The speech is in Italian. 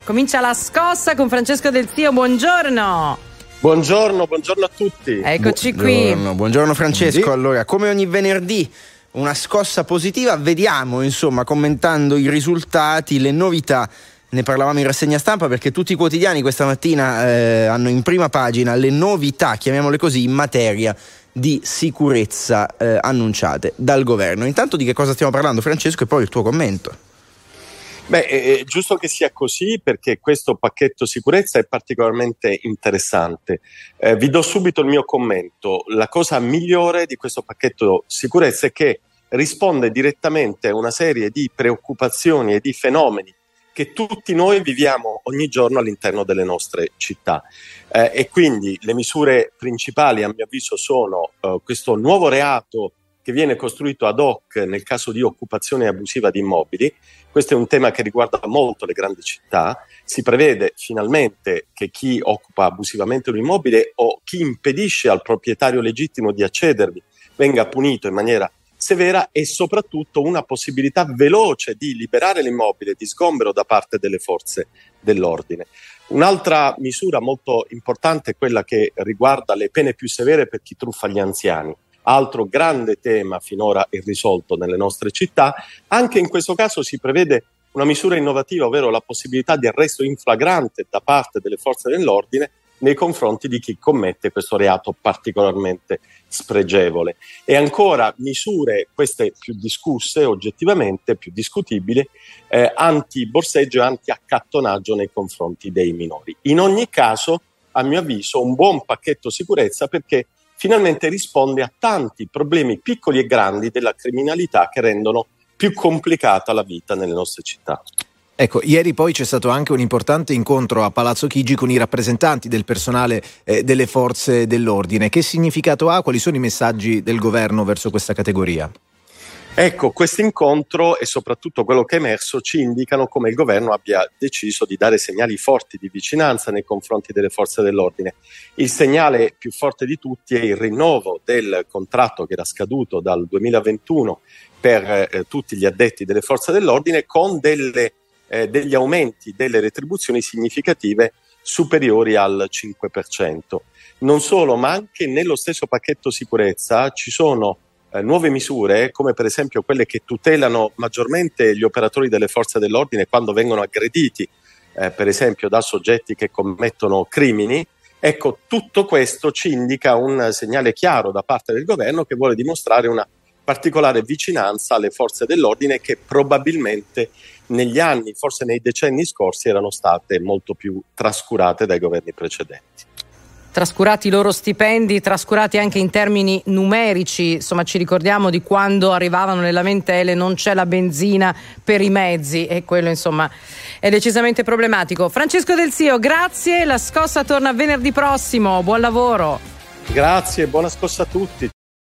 Comincia la scossa con Francesco Del Zio, buongiorno. Buongiorno a tutti. Eccoci qui. Buongiorno Francesco. Allora, come ogni venerdì, una scossa positiva. Vediamo, insomma, commentando i risultati, le novità. Ne parlavamo in rassegna stampa perché tutti i quotidiani questa mattina hanno in prima pagina le novità, chiamiamole così, in materia di sicurezza annunciate dal governo. Intanto di che cosa stiamo parlando, Francesco, e poi il tuo commento. È giusto che sia così perché questo pacchetto sicurezza è particolarmente interessante. Vi do subito il mio commento. La cosa migliore di questo pacchetto sicurezza è che risponde direttamente a una serie di preoccupazioni e di fenomeni che tutti noi viviamo ogni giorno all'interno delle nostre città. E quindi le misure principali, a mio avviso, sono questo nuovo reato che viene costruito ad hoc nel caso di occupazione abusiva di immobili. Questo è un tema che riguarda molto le grandi città. Si prevede finalmente che chi occupa abusivamente un immobile o chi impedisce al proprietario legittimo di accedervi venga punito in maniera severa e soprattutto una possibilità veloce di liberare l'immobile di sgombero da parte delle forze dell'ordine. Un'altra misura molto importante è quella che riguarda le pene più severe per chi truffa gli anziani. Altro grande tema finora irrisolto nelle nostre città. Anche in questo caso si prevede una misura innovativa, ovvero la possibilità di arresto in flagrante da parte delle forze dell'ordine nei confronti di chi commette questo reato particolarmente spregevole. E ancora misure, queste più discusse, oggettivamente più discutibili, anti-borseggio e anti-accattonaggio nei confronti dei minori. In ogni caso, a mio avviso, un buon pacchetto sicurezza perché finalmente risponde a tanti problemi piccoli e grandi della criminalità che rendono più complicata la vita nelle nostre città. Ecco, ieri poi c'è stato anche un importante incontro a Palazzo Chigi con i rappresentanti del personale delle forze dell'ordine. Che significato ha? Quali sono i messaggi del governo verso questa categoria? Ecco, questo incontro e soprattutto quello che è emerso ci indicano come il governo abbia deciso di dare segnali forti di vicinanza nei confronti delle forze dell'ordine. Il segnale più forte di tutti è il rinnovo del contratto che era scaduto dal 2021 per tutti gli addetti delle forze dell'ordine con degli aumenti delle retribuzioni significative superiori al 5%. Non solo, ma anche nello stesso pacchetto sicurezza ci sono nuove misure, come per esempio quelle che tutelano maggiormente gli operatori delle forze dell'ordine quando vengono aggrediti, per esempio da soggetti che commettono crimini. Ecco, tutto questo ci indica un segnale chiaro da parte del governo che vuole dimostrare una particolare vicinanza alle forze dell'ordine che probabilmente negli anni, forse nei decenni scorsi, erano state molto più trascurate dai governi precedenti. Trascurati i loro stipendi, trascurati anche in termini numerici, insomma ci ricordiamo di quando arrivavano le lamentele non c'è la benzina per i mezzi e quello insomma è decisamente problematico. Francesco Del Zio, grazie, la scossa torna venerdì prossimo, buon lavoro. Grazie, buona scossa a tutti.